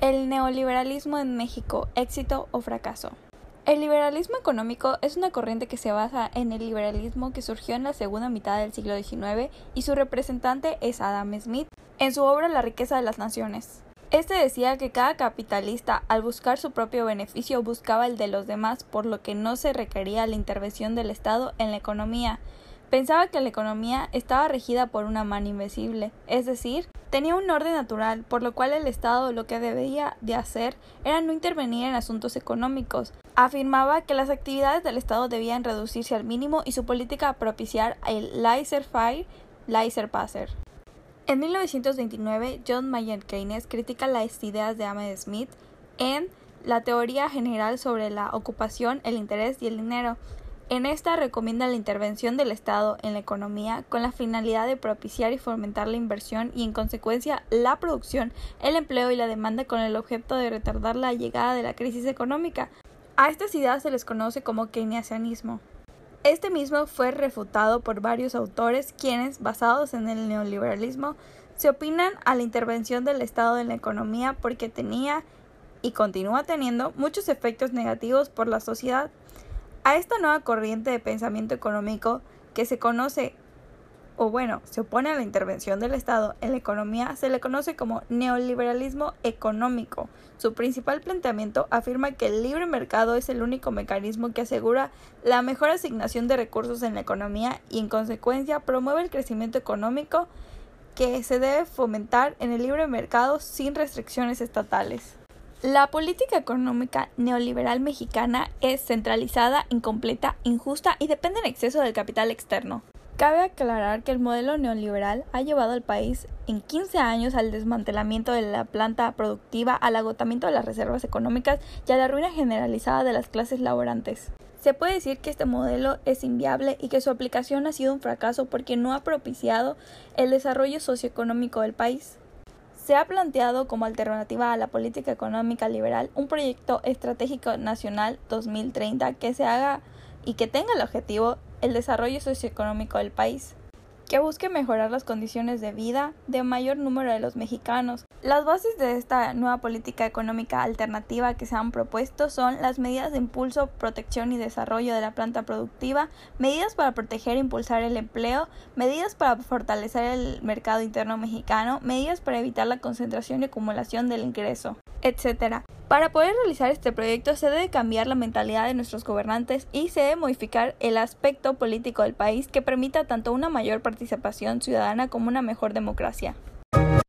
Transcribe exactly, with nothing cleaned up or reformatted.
El neoliberalismo en México, éxito o fracaso. El liberalismo económico es una corriente que se basa en el liberalismo que surgió en la segunda mitad del siglo diecinueve y su representante es Adam Smith, en su obra La riqueza de las naciones. Este decía que cada capitalista, al buscar su propio beneficio, buscaba el de los demás, por lo que no se requería la intervención del Estado en la economía. Pensaba que la economía estaba regida por una mano invisible, es decir, tenía un orden natural, por lo cual el Estado lo que debía de hacer era no intervenir en asuntos económicos. Afirmaba que las actividades del Estado debían reducirse al mínimo y su política propiciar el laissez-faire, laissez-passer. En mil novecientos veintinueve, John Maynard Keynes critica las ideas de Adam Smith en la teoría general sobre la ocupación, el interés y el dinero. En esta recomienda la intervención del Estado en la economía con la finalidad de propiciar y fomentar la inversión y en consecuencia la producción, el empleo y la demanda con el objeto de retardar la llegada de la crisis económica. A estas ideas se les conoce como keynesianismo. Este mismo fue refutado por varios autores quienes, basados en el neoliberalismo, se opinan a la intervención del Estado en la economía porque tenía y continúa teniendo muchos efectos negativos por la sociedad. A esta nueva corriente de pensamiento económico que se conoce, o bueno, se opone a la intervención del Estado en la economía, se le conoce como neoliberalismo económico. Su principal planteamiento afirma que el libre mercado es el único mecanismo que asegura la mejor asignación de recursos en la economía y en consecuencia promueve el crecimiento económico que se debe fomentar en el libre mercado sin restricciones estatales. La política económica neoliberal mexicana es centralizada, incompleta, injusta y depende en exceso del capital externo. Cabe aclarar que el modelo neoliberal ha llevado al país en quince años al desmantelamiento de la planta productiva, al agotamiento de las reservas económicas y a la ruina generalizada de las clases laborantes. Se puede decir que este modelo es inviable y que su aplicación ha sido un fracaso porque no ha propiciado el desarrollo socioeconómico del país. Se ha planteado como alternativa a la política económica liberal un proyecto estratégico nacional dos mil treinta que se haga y que tenga el objetivo el desarrollo socioeconómico del país, que busque mejorar las condiciones de vida de mayor número de los mexicanos. Las bases de esta nueva política económica alternativa que se han propuesto son las medidas de impulso, protección y desarrollo de la planta productiva, medidas para proteger e impulsar el empleo, medidas para fortalecer el mercado interno mexicano, medidas para evitar la concentración y acumulación del ingreso, etcétera. Para poder realizar este proyecto se debe cambiar la mentalidad de nuestros gobernantes y se debe modificar el aspecto político del país que permita tanto una mayor participación ciudadana como una mejor democracia.